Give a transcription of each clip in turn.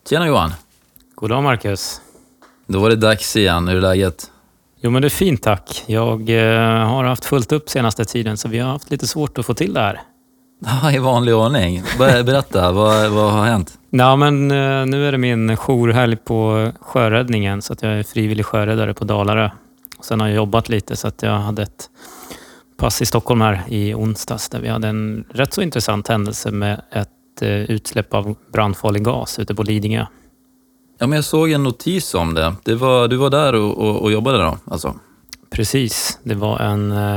Tjena Johan. God dag Marcus. Då var det dags igen. Hur är läget? Jo men det är fint tack. Jag har haft fullt upp senaste tiden så vi har haft lite svårt att få till det här. Ja, i vanlig ordning. Berätta, vad har hänt? Ja, men nu är det min jourhelg på sjöräddningen så att jag är frivillig sjöräddare på Dalarö. Sen har jag jobbat lite så att jag hade ett pass i Stockholm här i onsdags där vi hade en rätt så intressant händelse med ett utsläpp av brandfarlig gas ute på Lidingö. Ja, men jag såg en notis om det. Du var där och jobbade då, alltså? Precis. Det var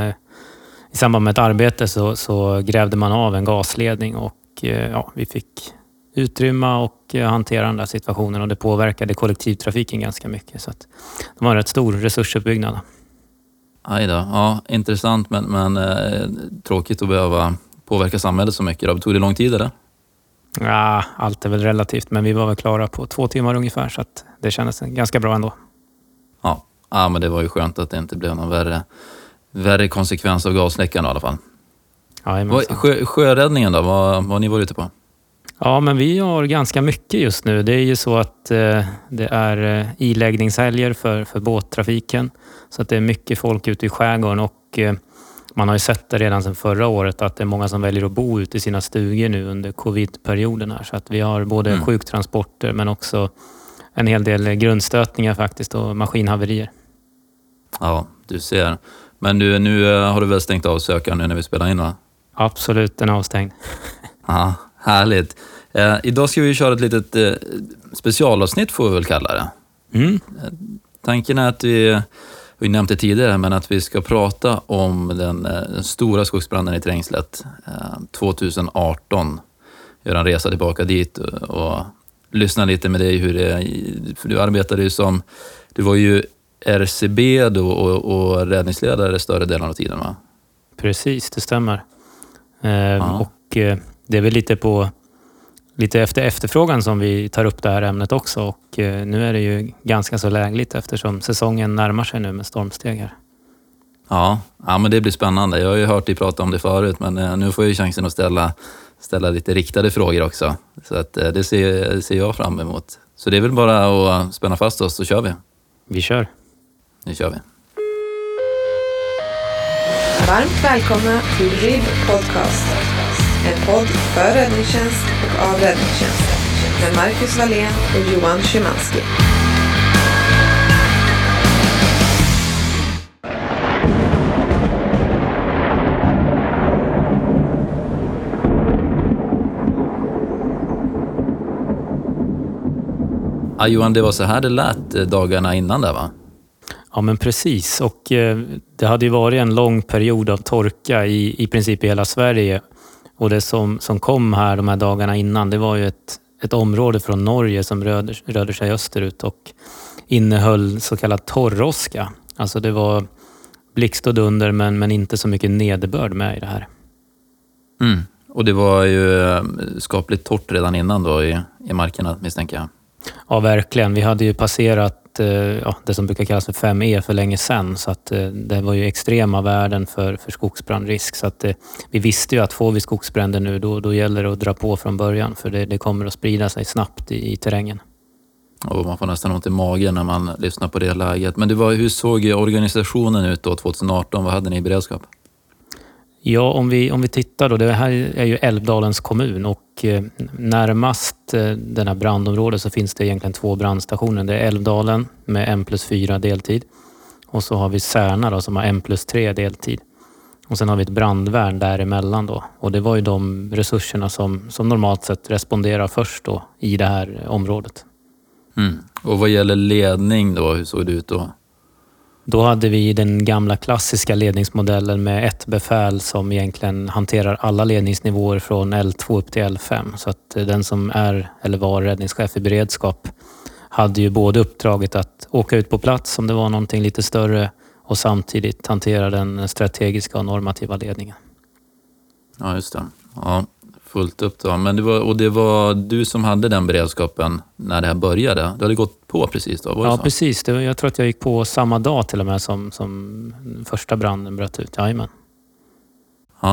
i samband med ett arbete så grävde man av en gasledning och vi fick utrymma och hantera den där situationen och det påverkade kollektivtrafiken ganska mycket. Så att det var en rätt stor resursuppbyggnad. Aj då. Ja, intressant men tråkigt att behöva påverka samhället så mycket. Då. Tog det lång tid eller? Ja, allt är väl relativt men vi var väl klara på 2 timmar ungefär så att det kändes ganska bra ändå. Ja, men det var ju skönt att det inte blev någon värre konsekvens av gasläckan i alla fall. Ja, sjöräddningen då, vad har ni varit ute på? Ja, men vi har ganska mycket just nu. Det är ju så att det är iläggningshelger för båttrafiken. Så att det är mycket folk ute i skärgården och man har ju sett det redan sedan förra året att det är många som väljer att bo ute i sina stugor nu under covid-perioden här. Så att vi har både sjuktransporter men också en hel del grundstötningar faktiskt och maskinhaverier. Ja, du ser. Men nu har du väl stängt av sökaren nu när vi spelar in va? Absolut, den är avstängd. Ja, härligt. Idag ska vi köra ett litet specialavsnitt får vi väl kalla det. Tanken är att vi nämnde tidigare men att vi ska prata om den stora skogsbranden i Trängslet 2018. Göra en resa tillbaka dit och lyssna lite med dig hur det är. För du arbetade ju du var ju RCB då och räddningsledare större delen av tiden va? Precis, det stämmer. Och det är väl lite efter efterfrågan som vi tar upp det här ämnet också och nu är det ju ganska så lägligt eftersom säsongen närmar sig nu med stormsteg här. Ja, men det blir spännande. Jag har ju hört dig prata om det förut men nu får jag ju chansen att ställa lite riktade frågor också. Så att det ser jag fram emot. Så det är väl bara att spänna fast oss så kör vi. Vi kör. Nu kör vi. Varmt välkomna till RIB Podcast. En podd för räddningstjänst och av räddningstjänst. Med Marcus Wallén och Johan Szymanski. Ja, Johan, det var så här det lät dagarna innan där va? Ja men precis och det hade ju varit en lång period av torka i princip i hela Sverige och det som kom här de här dagarna innan det var ju ett område från Norge som rörde sig österut och innehöll så kallad torroska. Alltså det var blixt och dunder men inte så mycket nederbörd med i det här. Och det var ju skapligt torrt redan innan då i markerna misstänker jag. Ja, verkligen. Vi hade ju passerat det som brukar kallas för 5E för länge sedan. Så att det var ju extrema värden för skogsbrandrisk. Så att vi visste ju att får vi skogsbränder nu då gäller det att dra på från början. För det kommer att sprida sig snabbt i terrängen. Och man får nästan ont i magen när man lyssnar på det läget. Men hur såg organisationen ut då 2018? Vad hade ni i beredskap? Ja, om vi tittar då, det här är ju Älvdalens kommun och närmast den här brandområdet så finns det egentligen 2 brandstationer. Det är Älvdalen med 1+4 deltid och så har vi Särna då som har 1+3 deltid. Och sen har vi ett brandvärn däremellan då och det var ju de resurserna som normalt sett responderar först då i det här området. Och vad gäller ledning då, hur såg det ut då? Då hade vi den gamla klassiska ledningsmodellen med ett befäl som egentligen hanterar alla ledningsnivåer från L2 upp till L5. Så att den som är eller var räddningschef i beredskap hade ju både uppdraget att åka ut på plats om det var någonting lite större och samtidigt hantera den strategiska och normativa ledningen. Ja, just det. Ja, fullt upp då. Men det var du som hade den beredskapen när det här började. Du hade gått på precis då, var det ja, så? Precis. Jag tror att jag gick på samma dag till och med som första branden bröt ut. Jajamän. Ja,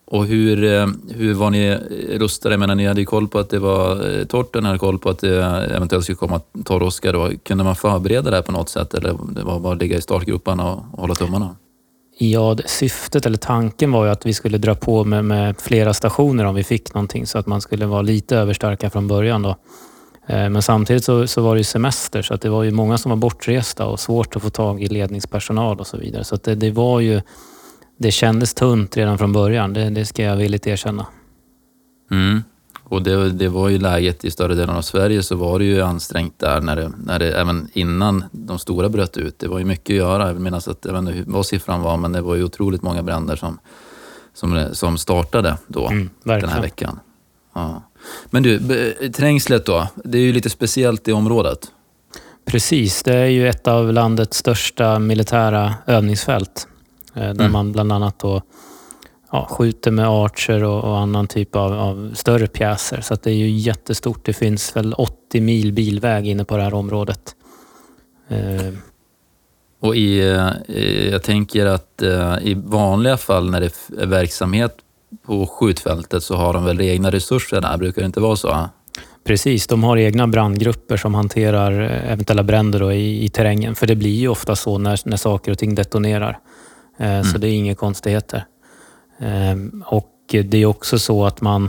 Och hur var ni rustade? Jag menar, ni hade ju koll på att det var torrt, ni hade koll på att det eventuellt skulle komma torroska då. Kunde man förbereda det här på något sätt, eller det var bara att ligga i startgroparna och hålla tummarna? Ja, syftet eller tanken var ju att vi skulle dra på med flera stationer om vi fick någonting, så att man skulle vara lite överstarka från början då. Men samtidigt så var det ju semester, så att det var ju många som var bortresta och svårt att få tag i ledningspersonal och så vidare. Så att det var ju, det kändes tunt redan från början, det ska jag villigt erkänna. Och det var ju läget i större delen av Sverige, så var det ju ansträngt där när det även innan de stora bröt ut. Det var ju mycket att göra. Jag menar att, jag vet inte vad siffran var, men det var ju otroligt många bränder som startade då den här veckan. Ja. Men du, Trängslet då, det är ju lite speciellt i området. Precis, det är ju ett av landets största militära övningsfält. Där man bland annat då skjuter med archer och annan typ av större pjäser. Så att det är ju jättestort. Det finns väl 80 mil bilväg inne på det här området. Och jag tänker att i vanliga fall när det är verksamhet på skjutfältet så har de väl egna resurser där, brukar det inte vara så? Precis, de har egna brandgrupper som hanterar eventuella bränder då i terrängen. För det blir ju ofta så när saker och ting detonerar. Så det är inga konstigheter. Och det är också så att man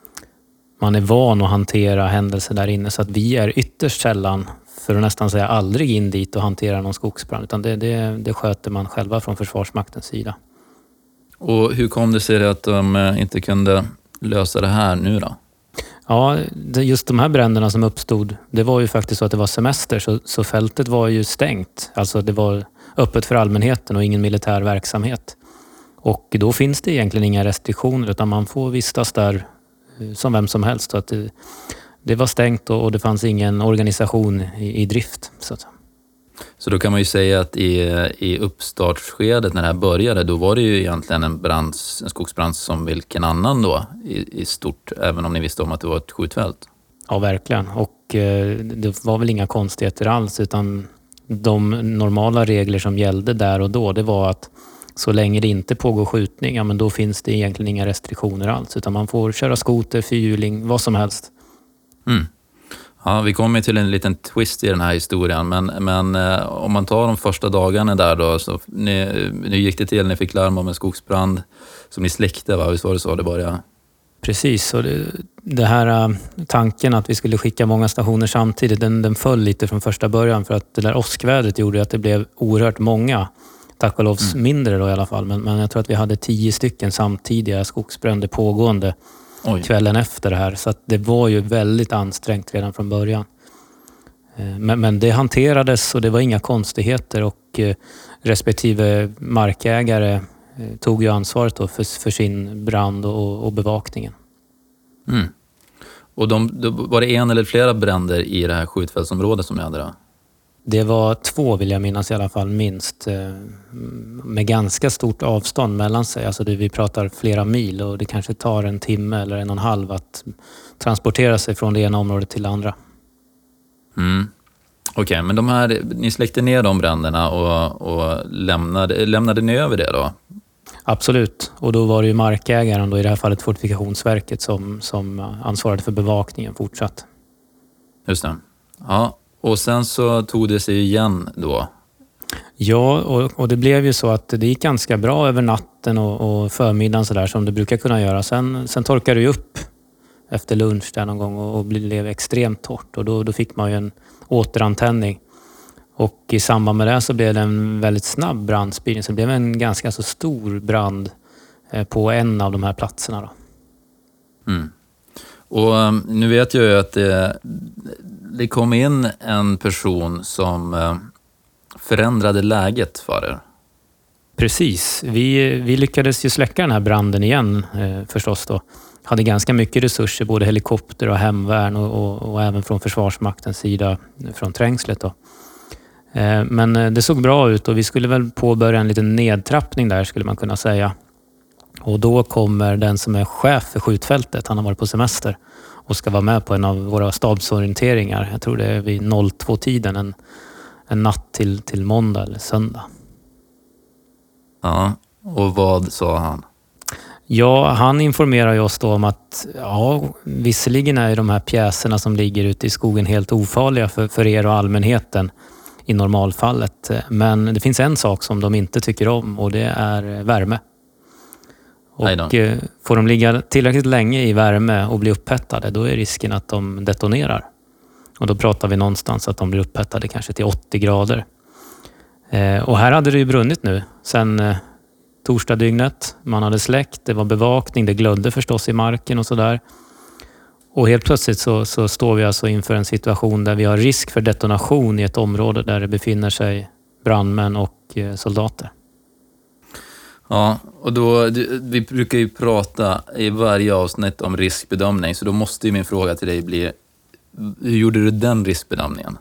är van att hantera händelser där inne, så att vi är ytterst sällan, för att nästan säga aldrig, in dit och hantera någon skogsbrand, utan det sköter man själva från Försvarsmaktens sida. Och hur kom det sig att de inte kunde lösa det här nu då? Ja, just de här bränderna som uppstod, det var ju faktiskt så att det var semester, så fältet var ju stängt. Alltså det var öppet för allmänheten och ingen militär verksamhet. Och då finns det egentligen inga restriktioner, utan man får vistas där som vem som helst. Så att det var stängt och det fanns ingen organisation i drift. Så då kan man ju säga att i uppstartsskedet när det här började, då var det ju egentligen en skogsbrand som vilken annan då i stort, även om ni visste om att det var ett skjutfält. Ja, verkligen. Och det var väl inga konstigheter alls, utan de normala regler som gällde där och då, det var att så länge det inte pågår skjutning, ja, men då finns det egentligen inga restriktioner alls, utan man får köra skoter, fyrhjuling, vad som helst. Ja, vi kommer till en liten twist i den här historien, men om man tar de första dagarna där då, så nu gick det till, ni fick larm om en skogsbrand som ni släckte, va? Visst var det så det började? Precis, och det här tanken att vi skulle skicka många stationer samtidigt, den föll lite från första början, för att det där åskvädret gjorde att det blev oerhört många. Tack och lovs mindre då i alla fall, men jag tror att vi hade 10 stycken samtidiga skogsbränder pågående kvällen efter det här. Så att det var ju väldigt ansträngt redan från början. Men det hanterades och det var inga konstigheter, och respektive markägare tog ju ansvaret då för sin brand och bevakningen. Och var det en eller flera bränder i det här skjutfältsområdet som ni hade då? Det var 2, vill jag minnas i alla fall, minst, med ganska stort avstånd mellan sig. Alltså vi pratar flera mil, och det kanske tar 1 timme eller 1,5 att transportera sig från det ena området till det andra. Okej, men ni släckte ner de bränderna och lämnade ni över det då? Absolut, och då var det ju markägaren, då i det här fallet Fortifikationsverket, som ansvarade för bevakningen fortsatt. Just det. Ja. Och sen så tog det sig igen då? Ja, och det blev ju så att det gick ganska bra över natten och förmiddagen så där, som det brukar kunna göra. Sen torkade det upp efter lunch där någon gång och blev extremt torrt, och då fick man ju en återantändning. Och i samband med det så blev det en väldigt snabb brandspridning, så det blev en ganska så stor brand på en av de här platserna då. Och nu vet jag ju att det kom in en person som förändrade läget för er. Precis. Vi lyckades ju släcka den här branden igen förstås då. Hade ganska mycket resurser, både helikopter och hemvärn och även från Försvarsmaktens sida från Trängslet då. Men det såg bra ut, och vi skulle väl påbörja en liten nedtrappning där, skulle man kunna säga. Och då kommer den som är chef för skjutfältet, han har varit på semester och ska vara med på en av våra stabsorienteringar. Jag tror det är vid 02-tiden, en natt till måndag eller söndag. Ja, och vad sa han? Ja, han informerar ju oss då om att visserligen är de här pjäserna som ligger ute i skogen helt ofarliga för er och allmänheten i normalfallet. Men det finns en sak som de inte tycker om och det är värme. Och får de ligga tillräckligt länge i värme och bli upphettade, då är risken att de detonerar. Och då pratar vi någonstans att de blir upphettade kanske till 80 grader. Och här hade det ju brunnit nu sen torsdagdygnet. Man hade släckt, det var bevakning, det glödde förstås i marken och sådär. Och helt plötsligt så står vi alltså inför en situation där vi har risk för detonation i ett område där det befinner sig brandmän och soldater. Ja, och vi brukar ju prata i varje avsnitt om riskbedömning, så då måste ju min fråga till dig bli, hur gjorde du den riskbedömningen?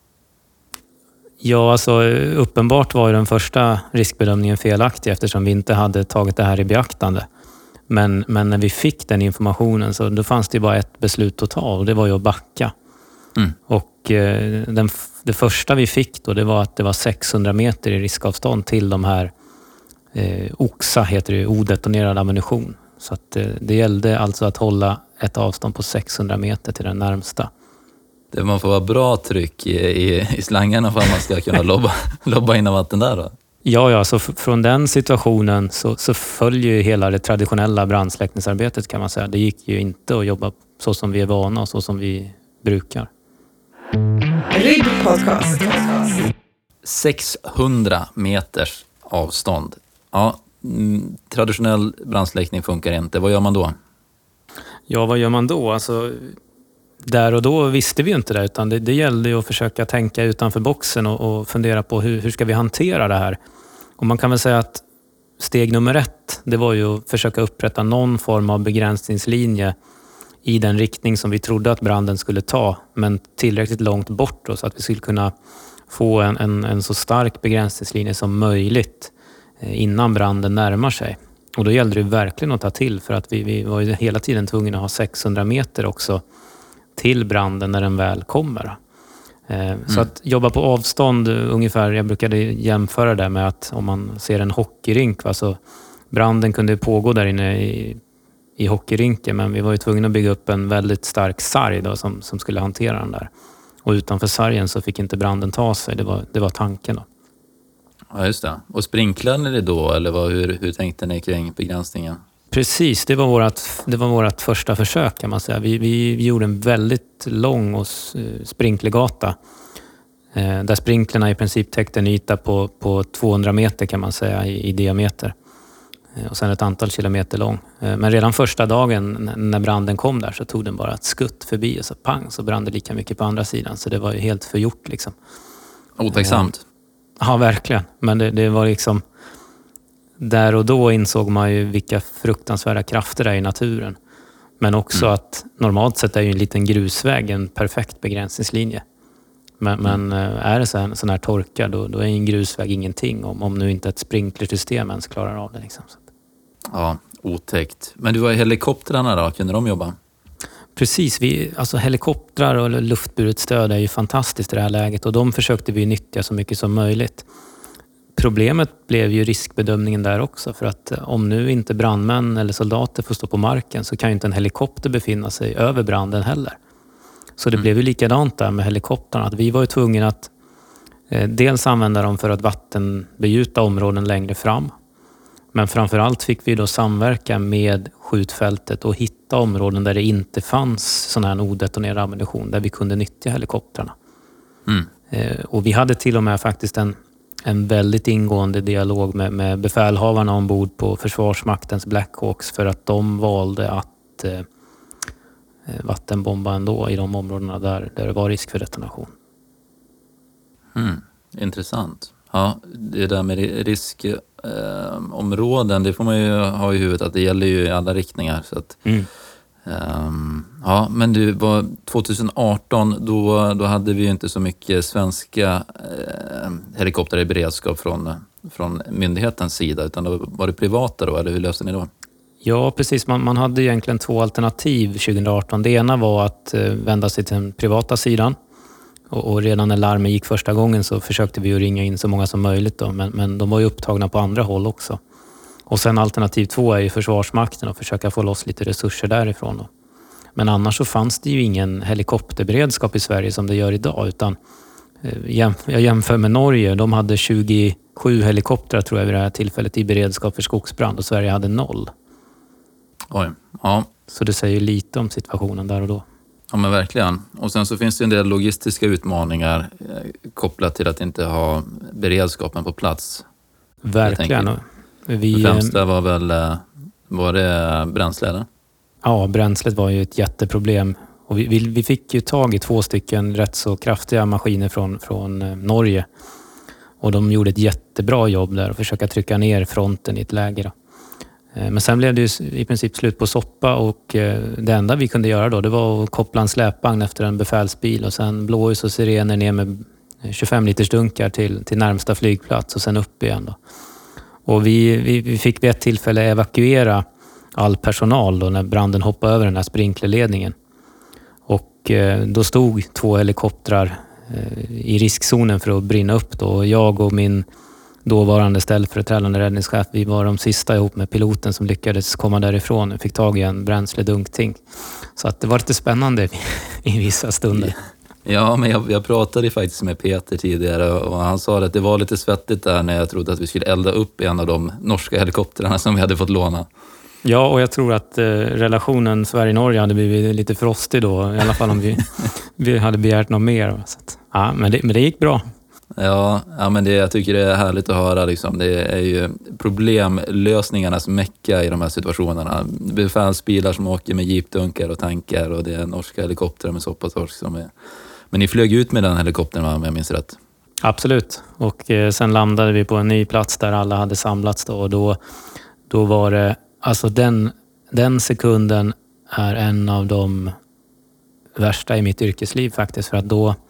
Ja, alltså uppenbart var ju den första riskbedömningen felaktig eftersom vi inte hade tagit det här i beaktande. Men när vi fick den informationen så då fanns det bara ett beslut att ta och det var ju att backa. Och det första vi fick då, det var att det var 600 meter i riskavstånd till de här OXA, heter det, odetonerad ammunition. Så att det gällde alltså att hålla ett avstånd på 600 meter till den närmsta. Det man får vara bra tryck i slangarna för att man ska kunna lobba in vatten där då? Ja, så från den situationen så följer ju hela det traditionella brandsläckningsarbetet kan man säga. Det gick ju inte att jobba så som vi är vana och så som vi brukar. RIB podcast. 600 meters avstånd. Ja, traditionell brandsläckning funkar inte. Vad gör man då? Ja, vad gör man då? Alltså, där och då visste vi ju inte det, utan det gällde ju att försöka tänka utanför boxen och fundera på hur ska vi hantera det här. Och man kan väl säga att steg nummer 1, det var ju att försöka upprätta någon form av begränsningslinje i den riktning som vi trodde att branden skulle ta, men tillräckligt långt bort då, så att vi skulle kunna få en så stark begränsningslinje som möjligt innan branden närmar sig. Och då gällde det verkligen att ta till, för att vi var ju hela tiden tvungna att ha 600 meter också till branden när den väl kommer. Så att jobba på avstånd ungefär, jag brukade jämföra det med att om man ser en hockeyrink, så branden kunde pågå där inne i hockeyrinken, men vi var ju tvungna att bygga upp en väldigt stark sarg då, som skulle hantera den där. Och utanför sargen så fick inte branden ta sig, det var tanken då. Ja, just det. Och sprinklade ni det då, eller hur tänkte ni kring begränsningen? Precis, det var vårt första försök kan man säga. Vi gjorde en väldigt lång sprinklergata där sprinklerna i princip täckte en yta på 200 meter kan man säga i diameter. Och sen ett antal kilometer lång. Men redan första dagen när branden kom där så tog den bara ett skutt förbi och så pang så brann det lika mycket på andra sidan. Så det var ju helt förgjort liksom. Otacksamt. Ja, verkligen. Men det var liksom... Där och då insåg man ju vilka fruktansvärda krafter det är i naturen. Men också att normalt sett är ju en liten grusväg en perfekt begränsningslinje. Men är det sån här torka då är en grusväg ingenting om nu inte ett sprinklersystem ens klarar av det. Liksom. Ja, otäckt. Men du var i helikoptrarna då, kunde de jobba? Precis, alltså helikoptrar och luftburet stöd är ju fantastiskt i det här läget och de försökte vi nyttja så mycket som möjligt. Problemet blev ju riskbedömningen där också, för att om nu inte brandmän eller soldater får stå på marken så kan ju inte en helikopter befinna sig över branden heller. Så det blev ju likadant där med helikoptrarna, att vi var ju tvungna att dels använda dem för att vattenbegjuta områden längre fram. Men framförallt fick vi då samverka med skjutfältet och hitta områden där det inte fanns sån här odetonerad ammunition, där vi kunde nyttja helikoptrarna. Och vi hade till och med faktiskt en väldigt ingående dialog med befälhavarna ombord på Försvarsmaktens Black Hawks, för att de valde att vattenbomba ändå i de områdena där det var risk för detonation. Intressant. Ja, det där med riskområden, det får man ju ha i huvudet att det gäller ju i alla riktningar. Så att, ja, men du, 2018 då hade vi ju inte så mycket svenska helikoptrar i beredskap från myndighetens sida, utan då var det privata då, eller hur löste ni då? Ja, precis. Man hade egentligen 2 alternativ 2018. Det ena var att vända sig till den privata sidan. Och redan när larmen gick första gången så försökte vi att ringa in så många som möjligt då, men de var ju upptagna på andra håll också. Och sen alternativ 2 är ju Försvarsmakten och försöka få loss lite resurser därifrån då. Men annars så fanns det ju ingen helikopterberedskap i Sverige som det gör idag, utan jag jämför med Norge. De hade 27 helikoptrar tror jag vid det här tillfället i beredskap för skogsbrand och Sverige hade 0. Oj, ja. Så det säger lite om situationen där och då. Ja, men verkligen. Och sen så finns det en del logistiska utmaningar kopplat till att inte ha beredskapen på plats. Verkligen. Det främsta var det bränsle, eller? Ja, bränslet var ju ett jätteproblem. Och vi fick ju tag i 2 stycken rätt så kraftiga maskiner från Norge. Och de gjorde ett jättebra jobb där och försöka trycka ner fronten i ett läge då. Men sen blev det ju i princip slut på soppa och det enda vi kunde göra då, det var att koppla en släpvagn efter en befälsbil och sen blåljus och sirener ner med 25 liters dunkar till närmsta flygplats och sen upp igen då. Och vi fick vid ett tillfälle evakuera all personal då när branden hoppade över den här sprinklerledningen. Och då stod 2 helikoptrar i riskzonen för att brinna upp då. Och jag och min dåvarande ställföreträdande räddningschef, vi var de sista ihop med piloten som lyckades komma därifrån och fick tag i en bränsledunkting. Så att det var lite spännande i vissa stunder. Ja, men jag pratade faktiskt med Peter tidigare och han sa att det var lite svettigt där när jag trodde att vi skulle elda upp en av de norska helikoptrarna som vi hade fått låna. Ja, och jag tror att relationen Sverige-Norge hade blivit lite frostig då, i alla fall om vi hade begärt något mer. Så att, ja, men det gick bra. Ja, men jag tycker det är härligt att höra. Liksom. Det är ju problemlösningarnas mecka i de här situationerna. Befälsbilar som åker med jeepdunkar och tankar och det är norska helikoptrar med soppatorsk som är... Men ni flög ut med den helikoptern, om jag minns rätt? Absolut. Och sen landade vi på en ny plats där alla hade samlats då. Och då var det... Alltså den sekunden är en av de värsta i mitt yrkesliv faktiskt. För att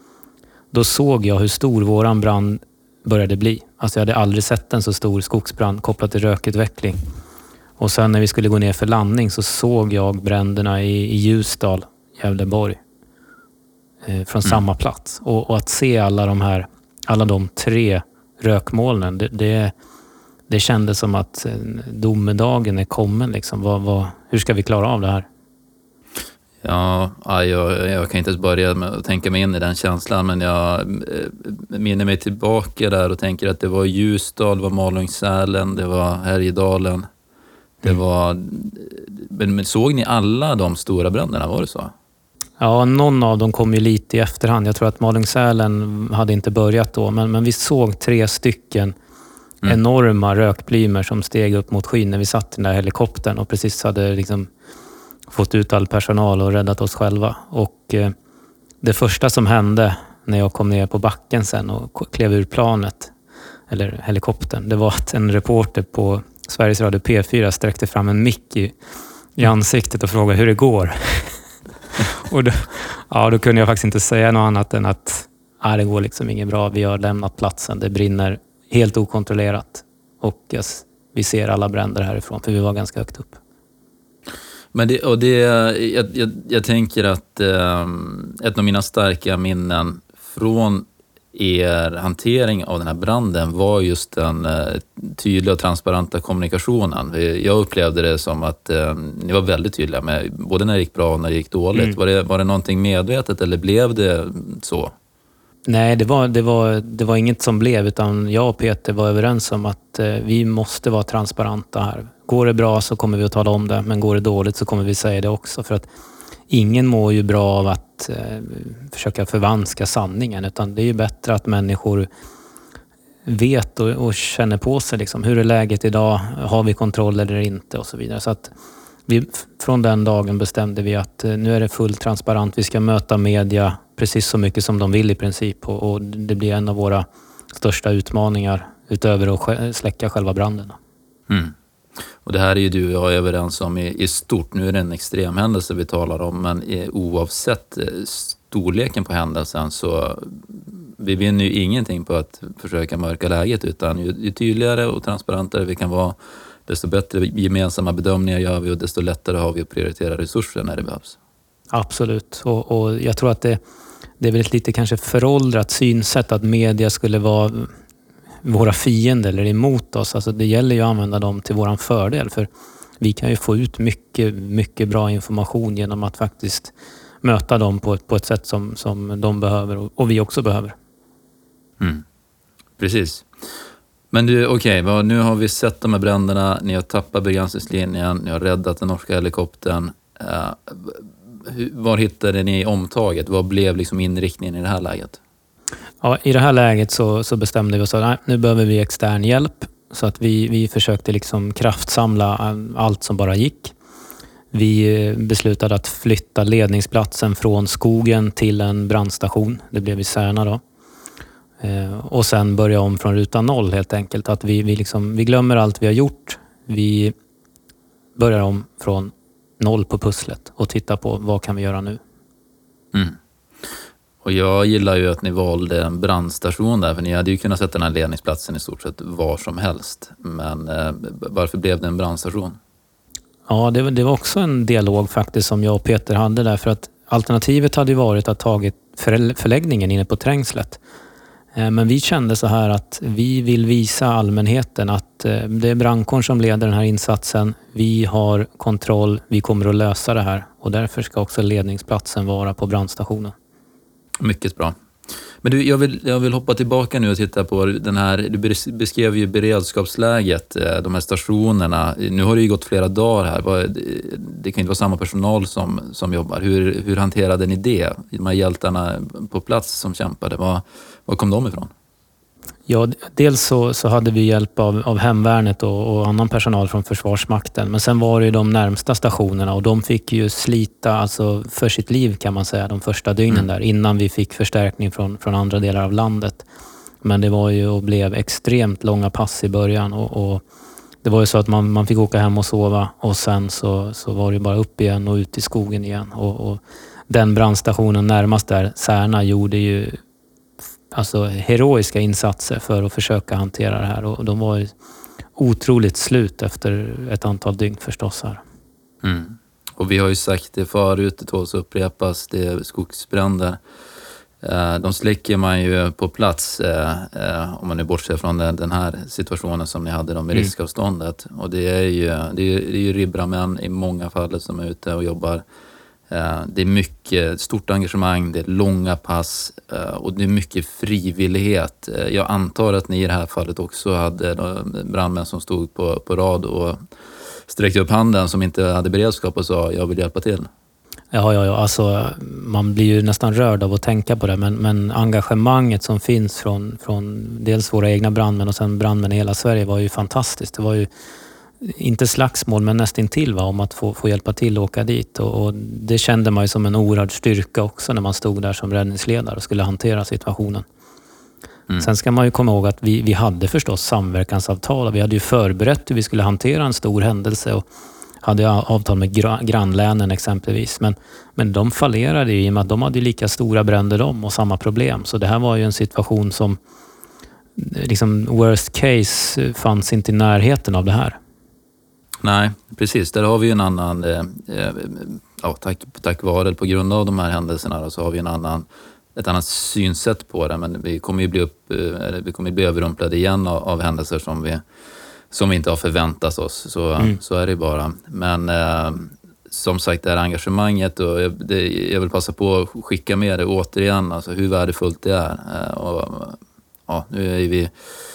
då såg jag hur stor våran brand började bli. Alltså jag hade aldrig sett en så stor skogsbrand kopplat till rökutveckling. Och sen när vi skulle gå ner för landning så såg jag bränderna i Ljusdal, Gävleborg. Från samma plats. Och att se alla de 3 rökmolnen, det kändes som att domedagen är kommen. Liksom. Hur ska vi klara av det här? Ja, jag kan inte ens börja med att tänka mig in i den känslan, men jag minner mig tillbaka där och tänker att det var Ljusdal, det var Malungssälen, det var Härjedalen. Det var... Men såg ni alla de stora bränderna, var det så? Ja, någon av dem kom ju lite i efterhand. Jag tror att Malungssälen hade inte börjat då, men vi såg 3 stycken enorma rökplymer som steg upp mot skyn när vi satt i den där helikoptern och precis hade liksom fått ut all personal och räddat oss själva. Och det första som hände när jag kom ner på backen sen och klev ur planet, eller helikoptern, det var att en reporter på Sveriges Radio P4 sträckte fram en mick i ansiktet och frågade hur det går. Och då kunde jag faktiskt inte säga något annat än att det går liksom inget bra. Vi har lämnat platsen, det brinner helt okontrollerat och vi ser alla bränder härifrån för vi var ganska högt upp. Men jag tänker att ett av mina starka minnen från er hantering av den här branden var just den tydliga och transparenta kommunikationen. Jag upplevde det som att ni var väldigt tydliga med både när det gick bra och när det gick dåligt. Var det någonting medvetet eller blev det så? Nej, det var inget som blev, utan jag och Peter var överens om att vi måste vara transparenta här. Går det bra så kommer vi att tala om det, men går det dåligt så kommer vi säga det också. För att ingen mår ju bra av att försöka förvanska sanningen, utan det är ju bättre att människor vet och känner på sig liksom, hur är läget idag, har vi kontroll eller inte och så vidare. Så att från den dagen bestämde vi att nu är det fullt transparent, vi ska möta media precis så mycket som de vill i princip, och det blir en av våra största utmaningar utöver att släcka själva branden. Och det här är ju du och jag överens om i stort. Nu är det en extrem händelse vi talar om, men oavsett storleken på händelsen så vi vinner ju ingenting på att försöka mörka läget, utan ju tydligare och transparentare vi kan vara, desto bättre gemensamma bedömningar gör vi och desto lättare har vi att prioritera resurser när det behövs. Absolut, och jag tror att det är väl ett lite kanske föråldrat synsätt att media skulle vara våra fiender eller emot oss. Alltså det gäller ju att använda dem till våran fördel, för vi kan ju få ut mycket, mycket bra information genom att faktiskt möta dem på ett sätt som de behöver och vi också behöver. Precis. Men du, okej, nu har vi sett de här bränderna, ni har tappat begränsningslinjen, ni har räddat den norska helikoptern. Var hittade ni omtaget? Vad blev liksom inriktningen i det här läget? Ja, i det här läget så bestämde vi oss att nu behöver vi extern hjälp. Så att vi försökte liksom kraftsamla allt som bara gick. Vi beslutade att flytta ledningsplatsen från skogen till en brandstation. Det blev i Särna då. Och sen börja om från ruta 0 helt enkelt. Att vi glömmer allt vi har gjort. Vi börjar om från 0 på pusslet och tittar på vad kan vi göra nu. Och jag gillar ju att ni valde en brandstation där, för ni hade ju kunnat sätta den här ledningsplatsen i stort sett var som helst. Men varför blev det en brandstation? Ja, det var också en dialog faktiskt som jag och Peter hade där, för att alternativet hade ju varit att tagit förläggningen inne på Trängslet. Men vi kände så här att vi vill visa allmänheten att det är brandkåren som leder den här insatsen. Vi har kontroll, vi kommer att lösa det här, och därför ska också ledningsplatsen vara på brandstationen. Mycket bra. Men du, jag vill hoppa tillbaka nu och titta på den här, du beskrev ju beredskapsläget, de här stationerna. Nu har det ju gått flera dagar här. Det kan inte vara samma personal som jobbar. Hur hanterade ni det? De här hjältarna på plats som kämpade, var kom de ifrån? Ja, dels så hade vi hjälp av hemvärnet och annan personal från Försvarsmakten. Men sen var det ju de närmsta stationerna, och de fick ju slita alltså för sitt liv kan man säga de första dygnen där, innan vi fick förstärkning från andra delar av landet. Men det var ju och blev extremt långa pass i början, och det var ju så att man fick åka hem och sova, och sen så var det bara upp igen och ut i skogen igen. Och den brandstationen närmast där, Särna, gjorde ju alltså heroiska insatser för att försöka hantera det här, och de var ju otroligt slut efter ett antal dygn förstås här. Och vi har ju sagt det förut, det tåls upprepas, det är skogsbränder. De släcker man ju på plats om man nu bortser från den här situationen som ni hade med riskavståndet. Och det är ju ribramän i många fall som är ute och jobbar. Det är mycket stort engagemang, det är långa pass och det är mycket frivillighet. Jag antar att ni i det här fallet också hade brandmän som stod på rad och sträckte upp handen som inte hade beredskap och sa jag vill hjälpa till. Ja. Alltså, man blir ju nästan rörd av att tänka på det, men engagemanget som finns från dels våra egna brandmän och sen brandmän i hela Sverige var ju fantastiskt. Det var ju inte slagsmål, men nästintill om att få hjälpa till och åka dit. Och det kände man ju som en oerhörd styrka också när man stod där som räddningsledare och skulle hantera situationen. Sen ska man ju komma ihåg att vi hade förstås samverkansavtal, och vi hade ju förberett hur vi skulle hantera en stor händelse och hade avtal med grannlänen exempelvis. Men de fallerade ju i och med att de hade lika stora bränder de och samma problem. Så det här var ju en situation som liksom worst case fanns inte i närheten av det här. Nej, precis. Där har vi ju en annan, tack vare på grund av de här händelserna så har vi ett annat synsätt på det, men vi kommer ju bli överrumplade igen av händelser som vi inte har förväntat oss. Så är det bara. Men som sagt, det här engagemanget, och jag vill passa på att skicka med det återigen, alltså hur värdefullt det är. Nu är vi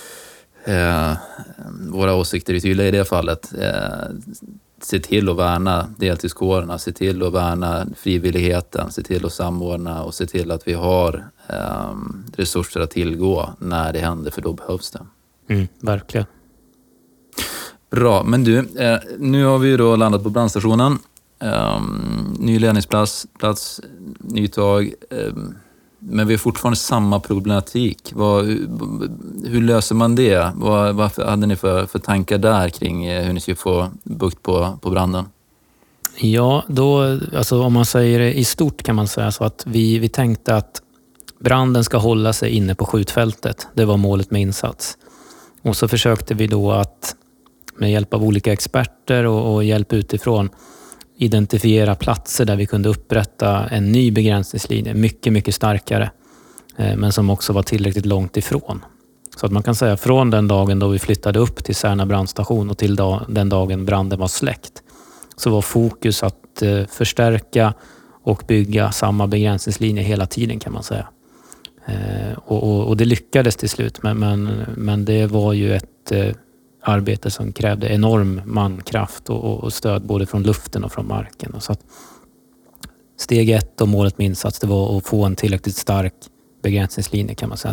våra åsikter är tydliga i det fallet. Se till att värna deltidskårerna, se till att värna frivilligheten, se till att samordna och se till att vi har resurser att tillgå när det händer, för då behövs det. Verkligen. Bra, men du, nu har vi ju då landat på brandstationen. Ny ledningsplats, ny tag. Men vi har fortfarande samma problematik. Hur löser man det? Vad hade ni för tankar där kring hur ni ska få bukt på branden? Ja, alltså om man säger det i stort kan man säga så att vi tänkte att branden ska hålla sig inne på skjutfältet. Det var målet med insats. Och så försökte vi då att med hjälp av olika experter och hjälp utifrån identifiera platser där vi kunde upprätta en ny begränsningslinje, mycket, mycket starkare, men som också var tillräckligt långt ifrån. Så att man kan säga från den dagen då vi flyttade upp till Särna brandstation och till den dagen branden var släckt, så var fokus att förstärka och bygga samma begränsningslinje hela tiden, kan man säga. Och det lyckades till slut, men det var ju ett arbete som krävde enorm mankraft och stöd både från luften och från marken. Och så att steg 1 och målet med insats, det var att få en tillräckligt stark begränsningslinje, kan man säga.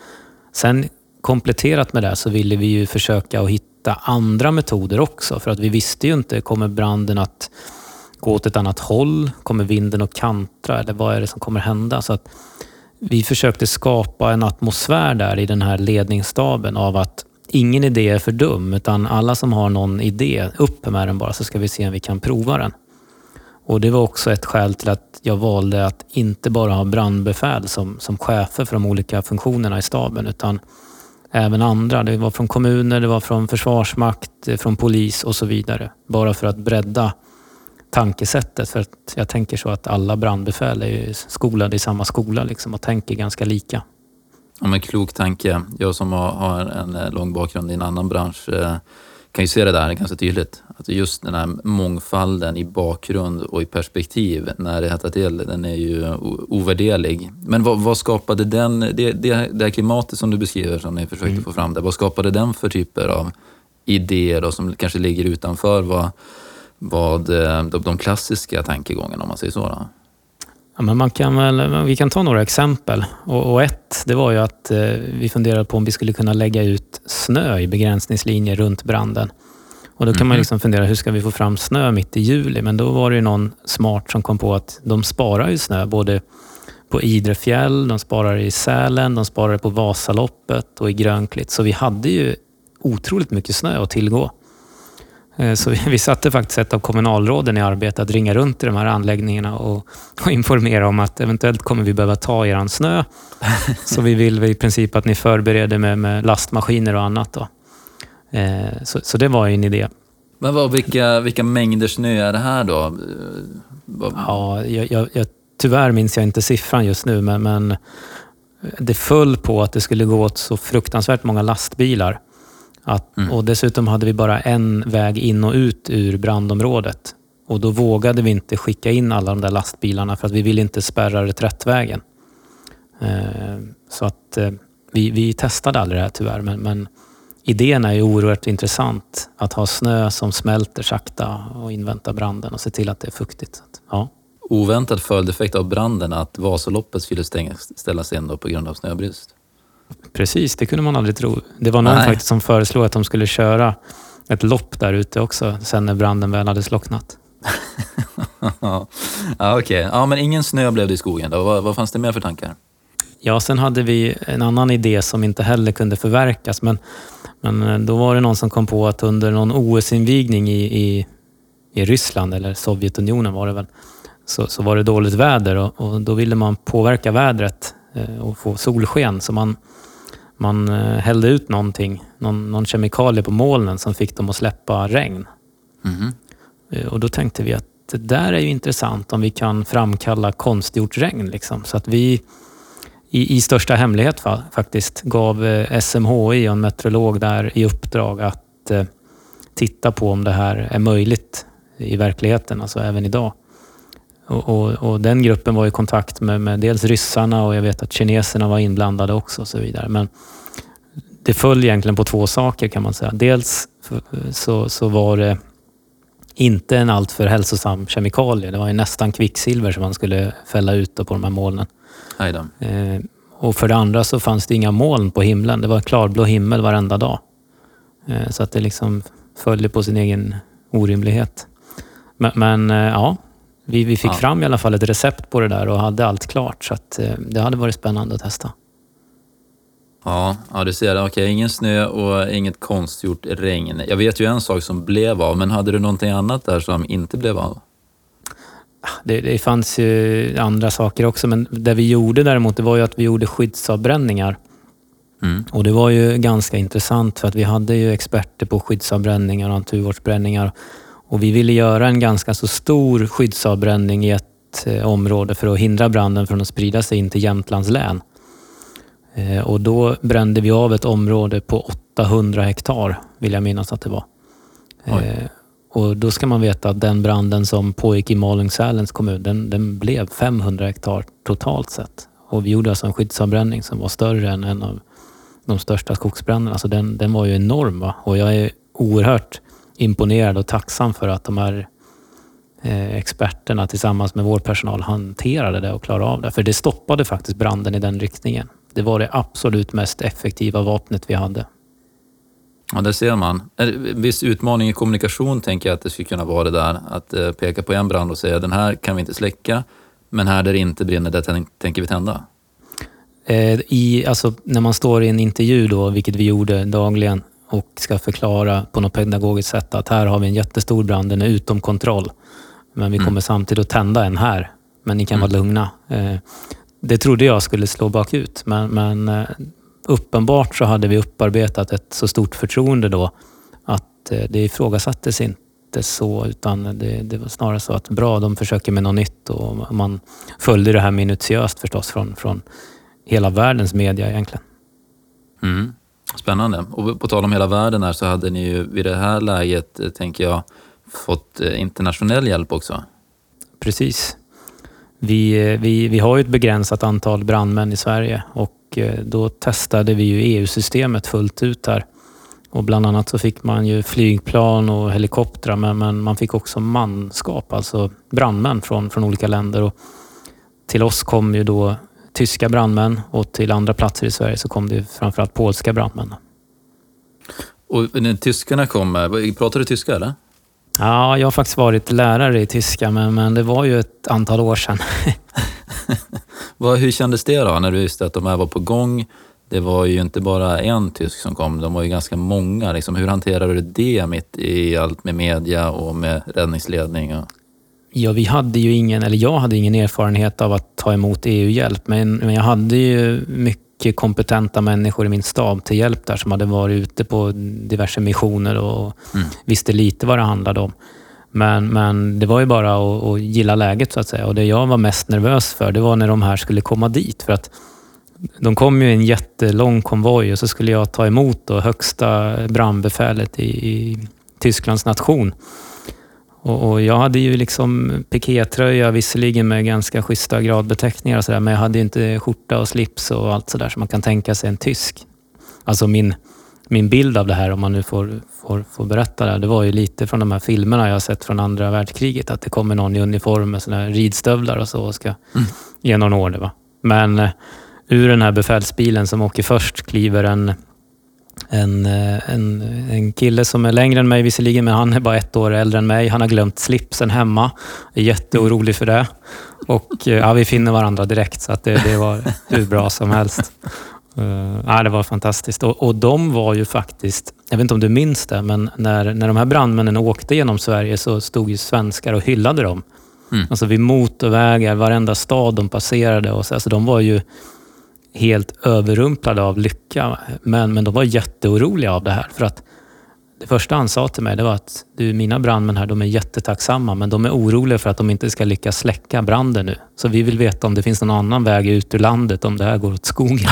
Sen kompletterat med det så ville vi ju försöka att hitta andra metoder också, för att vi visste ju inte, kommer branden att gå åt ett annat håll? Kommer vinden att kantra? Eller vad är det som kommer hända? Så att vi försökte skapa en atmosfär där i den här ledningsstaben av att ingen idé är för dum, utan alla som har någon idé, upp med den bara, så ska vi se om vi kan prova den. Och det var också ett skäl till att jag valde att inte bara ha brandbefäl som chefer för de olika funktionerna i staben, utan även andra. Det var från kommuner, det var från försvarsmakt, från polis och så vidare. Bara för att bredda tankesättet. För att jag tänker så att alla brandbefäl är skolade i samma skola liksom, och tänker ganska lika. Ja, men klok tanke. Jag som har en lång bakgrund i en annan bransch kan ju se det där ganska tydligt. Att just den här mångfalden i bakgrund och i perspektiv när det hettar till, den är ju ovärderlig. Men vad skapade det här klimatet som du beskriver, som ni försökte få fram där, vad skapade den för typer av idéer då, som kanske ligger utanför vad de klassiska tankegångarna, om man säger så då? Ja, men vi kan ta några exempel. Och ett, det var ju att vi funderade på om vi skulle kunna lägga ut snö i begränsningslinjer runt branden. Och då kan man liksom fundera, hur ska vi få fram snö mitt i juli? Men då var det ju någon smart som kom på att de sparar ju snö både på Idrefjäll, de sparar i Sälen, de sparar på Vasaloppet och i Grönklitt. Så vi hade ju otroligt mycket snö att tillgå. Så vi satte faktiskt ett av kommunalråden i arbete att ringa runt i de här anläggningarna och informera om att eventuellt kommer vi behöva ta eran snö. Så vi vill i princip att ni förbereder med lastmaskiner och annat då. Så det var ju en idé. Men vilka mängder snö är det här då? Ja, jag tyvärr minns jag inte siffran just nu, men det föll på att det skulle gå åt så fruktansvärt många lastbilar. Och dessutom hade vi bara en väg in och ut ur brandområdet. Och då vågade vi inte skicka in alla de där lastbilarna för att vi ville inte spärra reträttvägen. Så att vi testade aldrig det här tyvärr. Men idén är ju oerhört intressant. Att ha snö som smälter sakta och invänta branden och se till att det är fuktigt. Ja. Oväntad följdeffekt av branden att Vasaloppet skulle ställas in då på grund av snöbrist. Precis, det kunde man aldrig tro. Det var någon faktiskt som föreslog att de skulle köra ett lopp där ute också sen när branden väl hade slocknat. Ja, okej. Ja, men ingen snö blev det i skogen då. Vad fanns det mer för tankar? Ja, sen hade vi en annan idé som inte heller kunde förverkas. Men då var det någon som kom på att under någon OS-invigning i Ryssland, eller Sovjetunionen var det väl, så var det dåligt väder och då ville man påverka vädret och få solsken. Så man hällde ut någon kemikalie på molnen som fick dem att släppa regn. Och då tänkte vi att det där är ju intressant om vi kan framkalla konstgjort regn. Liksom. Så att vi i största hemlighet faktiskt gav SMHI och en meteorolog där i uppdrag att titta på om det här är möjligt i verkligheten, alltså även idag. Och den gruppen var i kontakt med dels ryssarna och jag vet att kineserna var inblandade också och så vidare. Men det föll egentligen på två saker kan man säga. Dels så var det inte en alltför hälsosam kemikalie. Det var ju nästan kvicksilver som man skulle fälla ut på de här molnen. Och för det andra så fanns det inga moln på himlen. Det var klarblå himmel varenda dag. Så att det liksom följde på sin egen orimlighet. Men ja, vi fick fram i alla fall ett recept på det där och hade allt klart. Så att det hade varit spännande att testa. Ja, du ser. Okej, ingen snö och inget konstgjort regn. Jag vet ju en sak som blev av, men hade du någonting annat där som inte blev av? Det fanns ju andra saker också, men det vi gjorde däremot, det var ju att vi gjorde skyddsavbränningar. Och det var ju ganska intressant för att vi hade ju experter på skyddsavbränningar och naturvårdsbränningar. Och vi ville göra en ganska så stor skyddsavbränning i ett område för att hindra branden från att sprida sig in till Jämtlands län. Och då brände vi av ett område på 800 hektar, vill jag minnas att det var. Och då ska man veta att den branden som pågick i Malung-Sälens kommun, den blev 500 hektar totalt sett. Och vi gjorde alltså en skyddsavbränning som var större än en av de största skogsbränderna. Så den var ju enorm. Va? Och jag är oerhört imponerad och tacksam för att de här experterna tillsammans med vår personal hanterade det och klarade av det. För det stoppade faktiskt branden i den riktningen. Det var det absolut mest effektiva vapnet vi hade. Ja, det ser man. En viss utmaning i kommunikation tänker jag att det skulle kunna vara det där. Att peka på en brand och säga den här kan vi inte släcka, men här där det inte brinner, det tänker vi tända. Alltså, när man står i en intervju då, vilket vi gjorde dagligen och ska förklara på något pedagogiskt sätt att här har vi en jättestor brand, den är utom kontroll. Men vi kommer samtidigt att tända en här. Men ni kan vara lugna. Det trodde jag skulle slå bakut. Men uppenbart så hade vi upparbetat ett så stort förtroende då att det ifrågasattes inte så, utan det var snarare så att bra, de försöker med något nytt och man följde det här minutiöst förstås från hela världens media egentligen. Spännande. Och på tal om hela världen här så hade ni ju vid det här läget, tänker jag, fått internationell hjälp också. Precis. Vi har ju ett begränsat antal brandmän i Sverige och då testade vi ju EU-systemet fullt ut här. Och bland annat så fick man ju flygplan och helikoptrar, men man fick också manskap, alltså brandmän från olika länder. Och till oss kom ju då tyska brandmän och till andra platser i Sverige så kom det framförallt polska brandmän. Och när tyskarna kom, pratar du tyska eller? Ja, jag har faktiskt varit lärare i tyska, men det var ju ett antal år sedan. Hur kändes det då när du visste att de här var på gång? Det var ju inte bara en tysk som kom, de var ju ganska många. Liksom, hur hanterade du det mitt i allt med media och med räddningsledning? Ja, jag hade ingen erfarenhet av att ta emot EU-hjälp, men jag hade ju mycket kompetenta människor i min stab till hjälp där som hade varit ute på diverse missioner och visste lite vad det handlade om. Men det var ju bara att gilla läget så att säga. Och det jag var mest nervös för, det var när de här skulle komma dit. För att de kom ju i en jättelång konvoj och så skulle jag ta emot då högsta brandbefälet i Tysklands nation. Och jag hade ju liksom pikétröja, visserligen med ganska schyssta gradbeteckningar och sådär, men jag hade ju inte skjorta och slips och allt sådär som man kan tänka sig en tysk. Alltså min bild av det här, om man nu får berätta det var ju lite från de här filmerna jag har sett från andra världskriget, att det kommer någon i uniform med såna här ridstövlar och så och ska ge någon order. Va? Men ur den här befälsbilen som åker först kliver en kille som är längre än mig visserligen, men han är bara 1 år äldre än mig. Han har glömt slipsen hemma. Jag är jätteorolig för det. Och vi finner varandra direkt, så att det var hur bra som helst. Det var fantastiskt. Och de var ju faktiskt, jag vet inte om du minns det, men när de här brandmännen åkte genom Sverige så stod ju svenskar och hyllade dem. Alltså vid motorvägar, varenda stad de passerade. Och så, alltså de var ju helt överrumplade av lycka. Men de var jätteoroliga av det här. För att det första han sa till mig, det var att mina brandmän här, de är jättetacksamma, men de är oroliga för att de inte ska lyckas släcka branden nu. Så vi vill veta om det finns någon annan väg ut ur landet, om det här går åt skogen.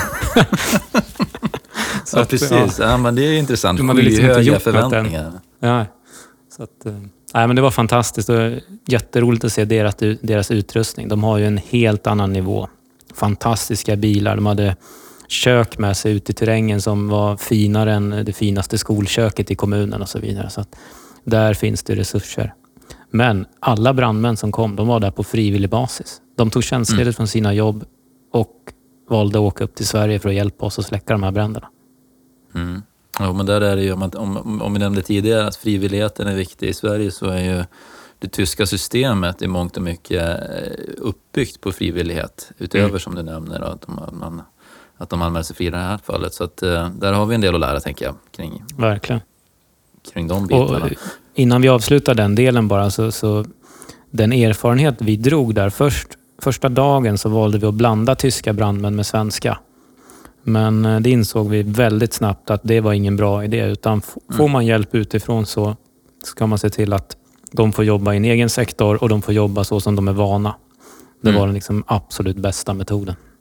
Så ja, precis. Ja, men det är intressant. De hade liksom inte gjort förväntningar. Ja, så att, men det var fantastiskt och jätteroligt att se deras utrustning. De har ju en helt annan nivå. Fantastiska bilar. De hade kök med sig ut i terrängen som var finare än det finaste skolköket i kommunen och så vidare. Så att där finns det resurser. Men alla brandmän som kom, de var där på frivillig basis. De tog tjänstledigt från sina jobb och valde att åka upp till Sverige för att hjälpa oss att släcka de här bränderna. Ja, men där är det ju, om vi nämnde tidigare att frivilligheten är viktig i Sverige, så är ju det tyska systemet i mångt och mycket uppbyggt på frivillighet. Utöver som du nämner att de anmäler sig fria i det här fallet. Så att där har vi en del att lära, tänker jag, Verkligen. Kring de bitarna. Och innan vi avslutar den delen bara, så den erfarenhet vi drog där första dagen så valde vi att blanda tyska brandmän med svenska. Men det insåg vi väldigt snabbt att det var ingen bra idé, utan får man hjälp utifrån så ska man se till att de får jobba i en egen sektor och de får jobba så som de är vana. Det var den liksom absolut bästa metoden.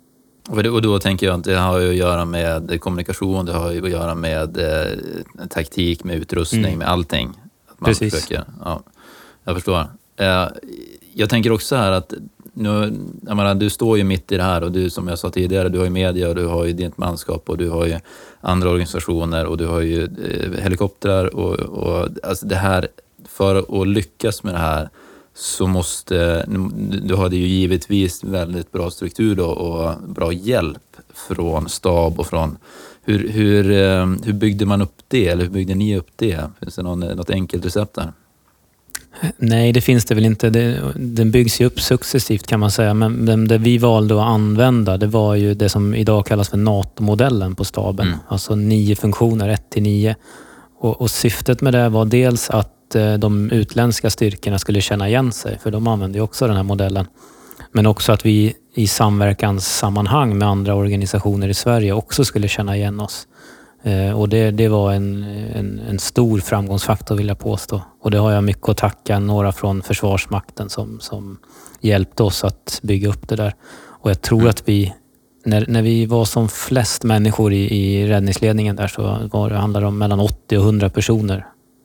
Och då tänker jag att det har ju att göra med kommunikation, det har ju att göra med taktik, med utrustning, med allting. Att man Precis. försöker, ja, jag förstår. Jag tänker också här att nu, jag menar, du står ju mitt i det här och du, som jag sa tidigare, du har ju media och du har ju ditt manskap och du har ju andra organisationer och du har ju helikoptrar och alltså det här, för att lyckas med det här så måste, du hade ju givetvis väldigt bra struktur då och bra hjälp från stab och från, hur byggde man upp det, eller hur byggde ni upp det? Finns det något enkelt recept där? Nej, det finns det väl inte. Den byggs ju upp successivt kan man säga. Men det vi valde att använda, det var ju det som idag kallas för NATO-modellen på staben. Alltså 9 funktioner, 1-9. Och syftet med det var dels att de utländska styrkorna skulle känna igen sig, för de använder ju också den här modellen. Men också att vi i samverkanssammanhang med andra organisationer i Sverige också skulle känna igen oss. Och det var en stor framgångsfaktor, vill jag påstå. Och det har jag mycket att tacka några från Försvarsmakten som hjälpte oss att bygga upp det där. Och jag tror att vi, när vi var som flest människor i räddningsledningen där, så handlade det om mellan 80 och 100 personer.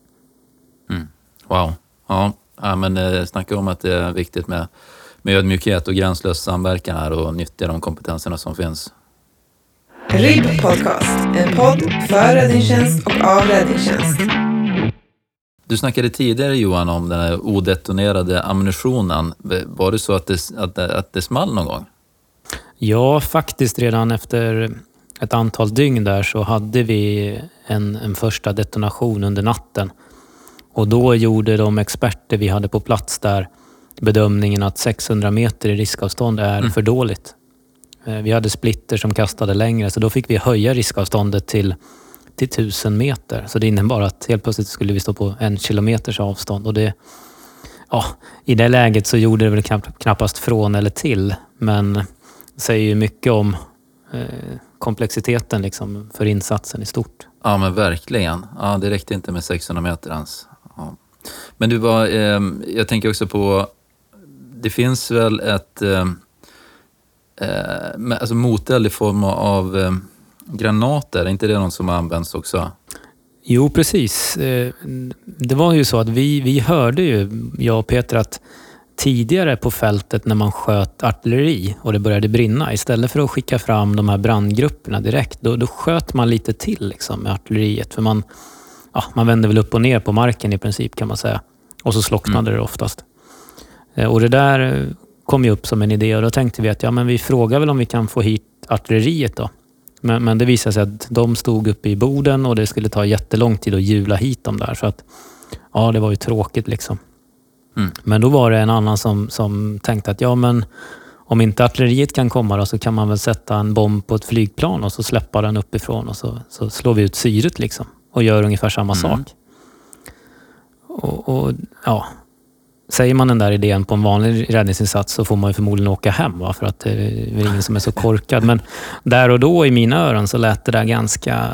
Wow. Ja, men snacka om att det är viktigt med ödmjukhet och gränslös samverkan här och nyttja de kompetenserna som finns. RIB Podcast, en podd för räddningstjänst och av räddningstjänst. Du snackade tidigare, Johan, om den här odetonerade ammunitionen. Var det så att det small någon gång? Ja, faktiskt redan efter ett antal dygn där så hade vi en första detonation under natten. Och då gjorde de experter vi hade på plats där bedömningen att 600 meter i riskavstånd är för dåligt. Vi hade splitter som kastade längre, så då fick vi höja riskavståndet till 1000 meter. Så det innebar att helt plötsligt skulle vi stå på 1 kilometers avstånd. Och i det läget så gjorde det väl knappast från eller till. Men det säger ju mycket om komplexiteten liksom för insatsen i stort. Ja, men verkligen. Ja, det räckte inte med 600 meter ens. Ja. Men du var, jag tänker också på, det finns väl ett alltså moteld i form av granater, är inte det någon som används också? Jo, precis. Det var ju så att vi hörde ju, jag och Peter, att tidigare på fältet när man sköt artilleri och det började brinna, istället för att skicka fram de här brandgrupperna direkt, då sköt man lite till liksom med artilleriet. För man vände väl upp och ner på marken i princip, kan man säga. Och så slocknade det oftast. Och det där kom ju upp som en idé och då tänkte vi att men vi frågar väl om vi kan få hit artilleriet då. Men det visade sig att de stod uppe i Boden och det skulle ta jättelång tid att hjula hit dem där. Så att det var ju tråkigt liksom. Men då var det en annan som tänkte att men om inte artilleriet kan komma då, så kan man väl sätta en bomb på ett flygplan och så släppa den uppifrån och så slår vi ut syret liksom och gör ungefär samma sak. Och säger man den där idén på en vanlig räddningsinsats så får man ju förmodligen åka hem, va? För att det är ingen som är så korkad. Men där och då i mina öron så lät det där ganska,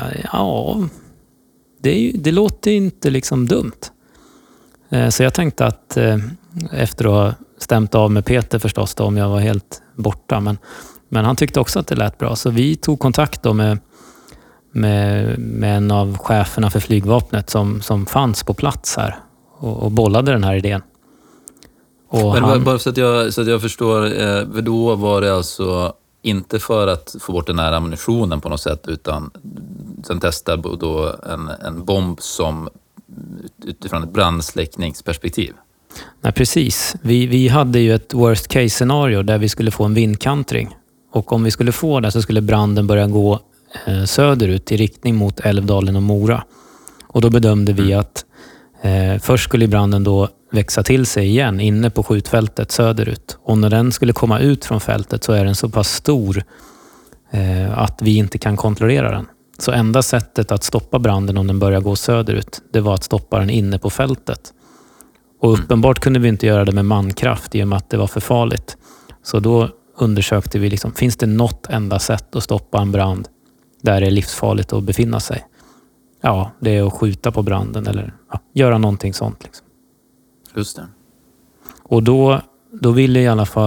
det låter inte liksom dumt. Så jag tänkte att efter att ha stämt av med Peter förstås då, om jag var helt borta. Men han tyckte också att det lät bra. Så vi tog kontakt då med en av cheferna för flygvapnet som fanns på plats här och bollade den här idén. Men bara så att jag förstår, då var det alltså inte för att få bort den här ammunitionen på något sätt, utan sen testade då en bomb som utifrån ett brandsläckningsperspektiv. Nej, precis. Vi hade ju ett worst case scenario där vi skulle få en vindkantring. Och om vi skulle få det så skulle branden börja gå söderut i riktning mot Älvdalen och Mora. Och då bedömde vi att först skulle branden då växa till sig igen inne på skjutfältet söderut. Och när den skulle komma ut från fältet så är den så pass stor att vi inte kan kontrollera den. Så enda sättet att stoppa branden om den börjar gå söderut, det var att stoppa den inne på fältet. Och uppenbart kunde vi inte göra det med mankraft i och med att det var för farligt. Så då undersökte vi finns det något enda sätt att stoppa en brand där det är livsfarligt att befinna sig? Ja, det är att skjuta på branden eller göra någonting sånt. Liksom. Just det. Och då ville i alla fall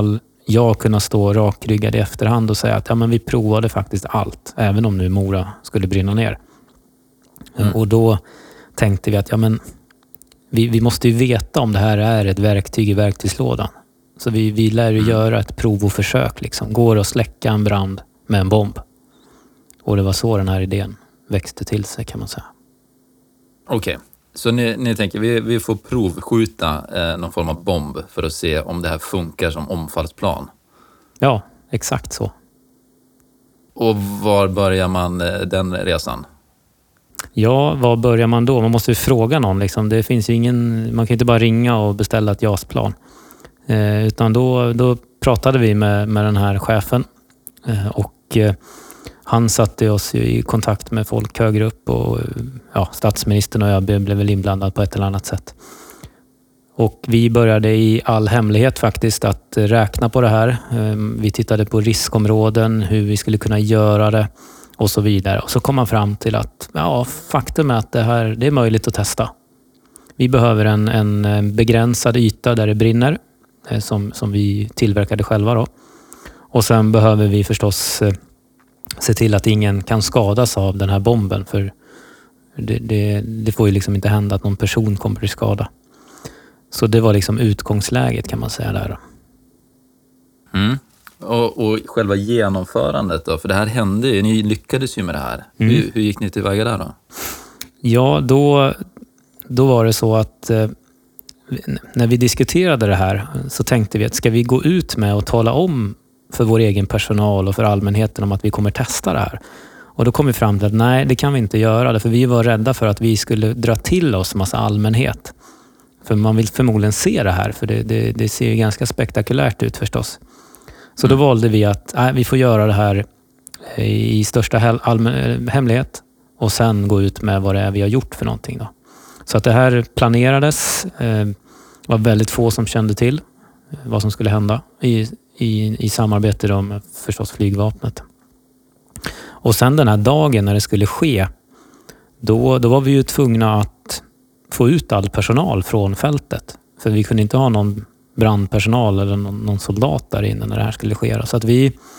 jag kunna stå rakryggad i efterhand och säga att ja, men vi provade faktiskt allt, även om nu Mora skulle brinna ner. Och då tänkte vi att ja, men vi måste ju veta om det här är ett verktyg i verktygslådan. Så vi lär ju göra ett prov och försök. Liksom. Går att släcka en brand med en bomb. Och det var så den här idén växte till sig, kan man säga. Okej. Så ni tänker, vi får provskjuta någon form av bomb för att se om det här funkar som omfallsplan. Ja, exakt så. Och var börjar man den resan? Ja, var börjar man då? Man måste ju fråga någon. Liksom. Det finns ju man kan inte bara ringa och beställa ett JAS-plan. Utan då pratade vi med den här chefen. Och han satte oss i kontakt med folk högre upp. Och statsministern och jag blev väl inblandad på ett eller annat sätt. Och vi började i all hemlighet faktiskt att räkna på det här. Vi tittade på riskområden, hur vi skulle kunna göra det och så vidare. Och så kom man fram till att faktum är att det är möjligt att testa. Vi behöver en begränsad yta där det brinner som vi tillverkade själva då. Och sen behöver vi förstås se till att ingen kan skadas av den här bomben, för det får ju liksom inte hända att någon person kommer till skada. Så det var liksom utgångsläget, kan man säga där. Och själva genomförandet då? För det här hände ju, ni lyckades ju med det här. Hur gick ni tillväga där då? Ja, då var det så att när vi diskuterade det här så tänkte vi att ska vi gå ut med och tala om för vår egen personal och för allmänheten om att vi kommer testa det här. Och då kom vi fram till att nej, det kan vi inte göra. För vi var rädda för att vi skulle dra till oss massa allmänhet. För man vill förmodligen se det här, för det ser ju ganska spektakulärt ut förstås. Så då valde vi att vi får göra det här i största hemlighet och sen gå ut med vad det är vi har gjort för någonting då. Så att det här planerades. Var väldigt få som kände till vad som skulle hända i samarbete då med förstås flygvapnet. Och sen den här dagen när det skulle ske, då var vi ju tvungna att få ut all personal från fältet. För vi kunde inte ha någon brandpersonal eller någon soldat där inne när det här skulle ske. Så att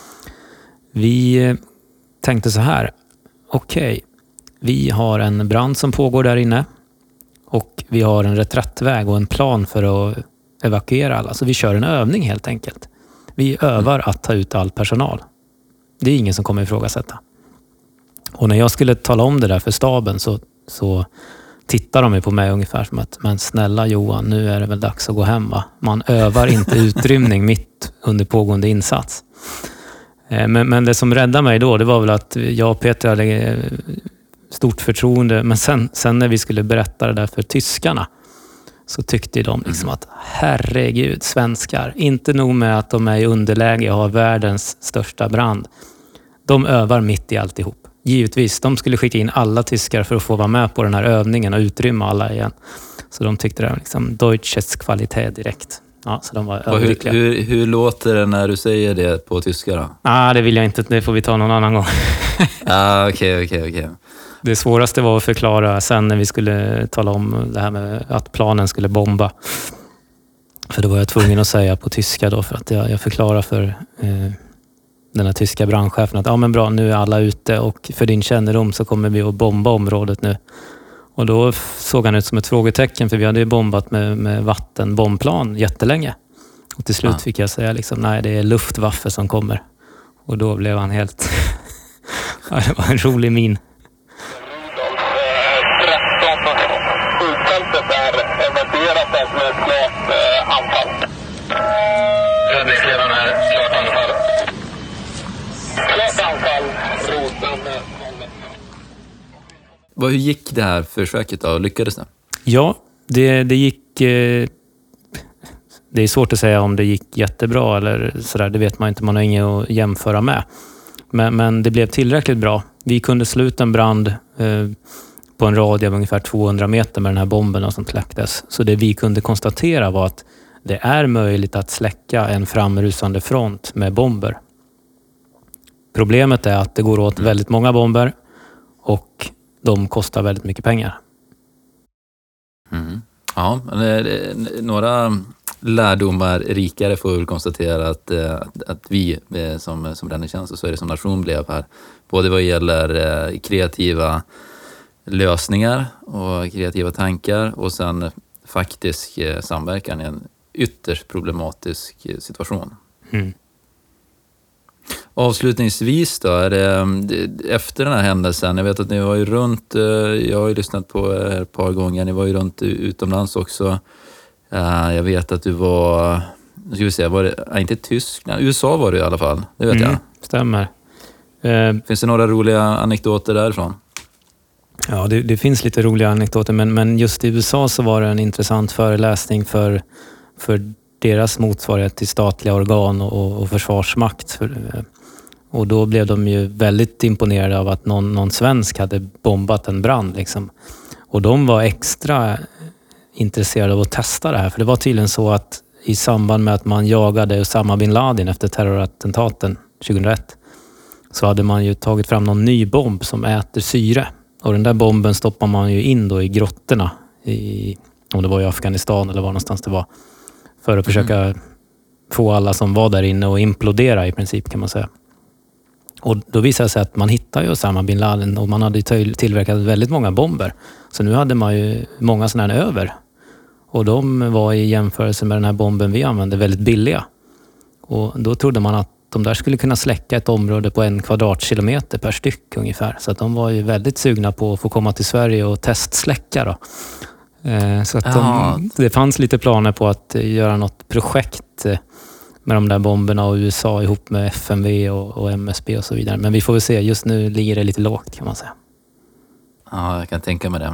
vi tänkte så här. Okej, vi har en brand som pågår där inne. Och vi har en reträttväg och en plan för att evakuera alla. Så vi kör en övning helt enkelt. Vi övar att ta ut all personal. Det är ingen som kommer ifrågasätta. Och när jag skulle tala om det där för staben så tittar de på mig ungefär som att men snälla Johan, nu är det väl dags att gå hem, va? Man övar inte utrymning mitt under pågående insats. Men det som räddade mig då, det var väl att jag och Peter hade stort förtroende. Men sen när vi skulle berätta det där för tyskarna så tyckte de liksom att herregud, svenskar, inte nog med att de är i underläge och har världens största brand. De övar mitt i alltihop. Givetvis, de skulle skicka in alla tyskar för att få vara med på den här övningen och utrymma alla igen. Så de tyckte det var liksom Deutsches kvalitet direkt. Ja, så de var överlyckliga. Hur låter det när du säger det på tyska då? Det vill jag inte, det får vi ta någon annan gång. Okej. Det svåraste var att förklara sen när vi skulle tala om det här med att planen skulle bomba. För då var jag tvungen att säga på tyska då, för att jag förklarar för den här tyska brandchefen att men bra, nu är alla ute och för din kännedom så kommer vi att bomba området nu. Och då såg han ut som ett frågetecken, för vi hade ju bombat med vattenbombplan jättelänge. Och till slut fick jag säga liksom, nej, det är Luftwaffe som kommer. Och då blev han helt... det var en rolig min. Skjutfältet är evakuerat med ett klart anfall. Räddningsledaren här, klart anfall. Klart anfall, roten. Hur gick det här försöket då? Lyckades det? Ja, det gick... Det är svårt att säga om det gick jättebra eller sådär. Det vet man inte, man har inget att jämföra med. Men det blev tillräckligt bra. Vi kunde sluta en brand på en radie av ungefär 200 meter med den här bomben som släcktes. Så det vi kunde konstatera var att det är möjligt att släcka en framrusande front med bomber. Problemet är att det går åt väldigt många bomber och de kostar väldigt mycket pengar. Ja, några lärdomar rikare får vi konstatera att vi som räddningstjänst och Sverige som nation blev här. Både vad gäller kreativa lösningar och kreativa tankar och sen faktisk samverkan i en ytterst problematisk situation. Mm. Avslutningsvis då, är det, efter den här händelsen, jag vet att ni var ju runt, jag har ju lyssnat på er ett par gånger, ni var ju runt utomlands också. Jag vet att du var, ska vi säga, var det, inte Tyskland, USA var du i alla fall, det vet jag. Stämmer. Finns det några roliga anekdoter därifrån? Ja, det finns lite roliga anekdoter, men just i USA så var det en intressant föreläsning för deras motsvarighet till statliga organ och försvarsmakt. Och då blev de ju väldigt imponerade av att någon svensk hade bombat en brand. Liksom. Och de var extra intresserade av att testa det här. För det var tydligen så att i samband med att man jagade Osama bin Laden efter terrorattentaten 2001 så hade man ju tagit fram någon ny bomb som äter syre. Och den där bomben stoppar man ju in då i grottorna, om det var i Afghanistan eller var någonstans det var, för att försöka få alla som var där inne att implodera i princip, kan man säga. Och då visade det sig att man hittade ju Osama bin Laden och man hade tillverkat väldigt många bomber. Så nu hade man ju många sådana här över. Och de var i jämförelse med den här bomben vi använde väldigt billiga. Och då trodde man att de där skulle kunna släcka ett område på 1 kvadratkilometer per styck ungefär. Så att de var ju väldigt sugna på att få komma till Sverige och testsläcka då. Så att det fanns lite planer på att göra något projekt med de där bomberna och USA ihop med FMV och MSB och så vidare. Men vi får väl se, just nu ligger det lite lågt, kan man säga. Ja, jag kan tänka mig det.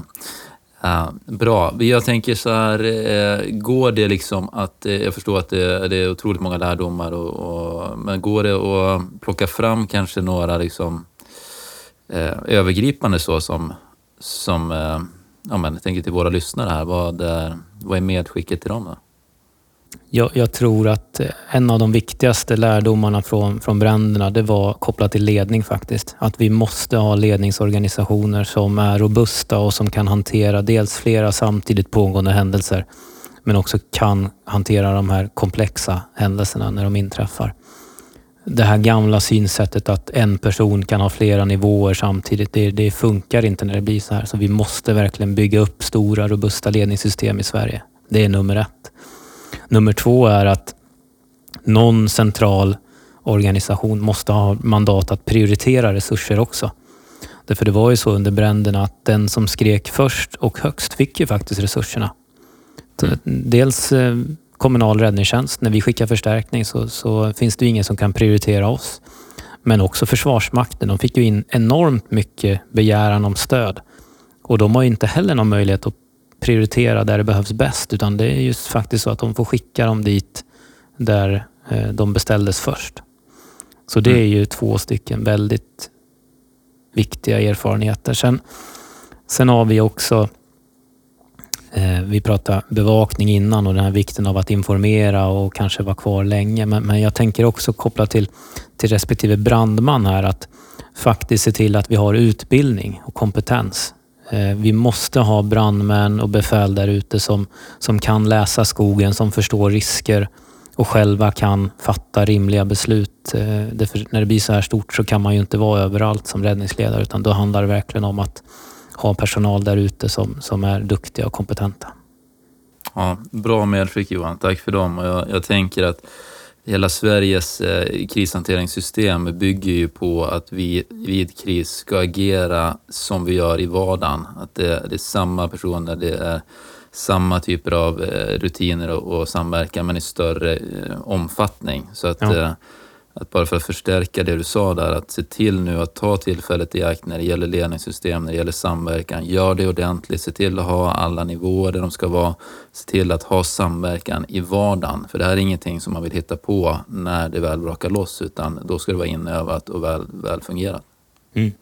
Bra. Jag tänker så här, går det liksom att, jag förstår att det är otroligt många lärdomar, men går det att plocka fram kanske några liksom, övergripande så som jag tänker till våra lyssnare här, vad är medskicket till dem då? Jag tror att en av de viktigaste lärdomarna från bränderna, det var kopplat till ledning faktiskt. Att vi måste ha ledningsorganisationer som är robusta och som kan hantera dels flera samtidigt pågående händelser, men också kan hantera de här komplexa händelserna när de inträffar. Det här gamla synsättet att en person kan ha flera nivåer samtidigt, det funkar inte när det blir så här. Så vi måste verkligen bygga upp stora, robusta ledningssystem i Sverige. Det är nummer 1. Nummer 2 är att någon central organisation måste ha mandat att prioritera resurser också. Därför det var ju så under bränderna att den som skrek först och högst fick ju faktiskt resurserna. Dels kommunal räddningstjänst, när vi skickar förstärkning så finns det ju ingen som kan prioritera oss. Men också Försvarsmakten, de fick ju in enormt mycket begäran om stöd. Och de har ju inte heller någon möjlighet att prioritera där det behövs bäst, utan det är just faktiskt så att de får skicka dem dit där de beställdes först. Så det är ju 2 stycken väldigt viktiga erfarenheter. Sen har vi också, vi pratade bevakning innan och den här vikten av att informera och kanske vara kvar länge, men jag tänker också koppla till respektive brandman här, att faktiskt se till att vi har utbildning och kompetens. Vi måste ha brandmän och befäl där ute som kan läsa skogen, som förstår risker och själva kan fatta rimliga beslut. När det blir så här stort så kan man ju inte vara överallt som räddningsledare, utan då handlar det verkligen om att ha personal där ute som är duktiga och kompetenta. Ja, bra medskick Johan, tack för dem. Och jag tänker att hela Sveriges krishanteringssystem bygger ju på att vi vid kris ska agera som vi gör i vardagen. Att det är samma personer, det är samma typer av rutiner och samverkan, men i större omfattning. Så att bara för att förstärka det du sa där, att se till nu att ta tillfället i akt när det gäller ledningssystem, när det gäller samverkan. Gör det ordentligt, se till att ha alla nivåer där de ska vara. Se till att ha samverkan i vardagen. För det här är ingenting som man vill hitta på när det väl brakar loss, utan då ska det vara inövat och väl fungerat. Mm.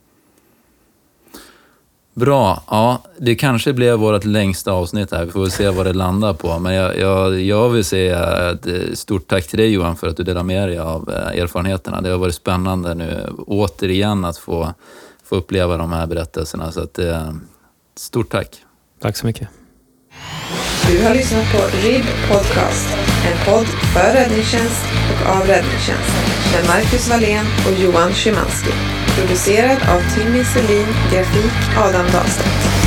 Bra, ja, det kanske blev vårt längsta avsnitt här. Vi får väl se vad det landar på. Men jag vill säga ett stort tack till dig Johan för att du delar med dig av erfarenheterna. Det har varit spännande nu återigen att få uppleva de här berättelserna. Så att, stort tack. Tack så mycket. Du har lyssnat på RIB Podcast. En podd för räddningstjänst och av räddningstjänst med Marcus Wallén och Johan Szymanski. Producerad av Timmy Selin, grafik Adam Dahlstedt.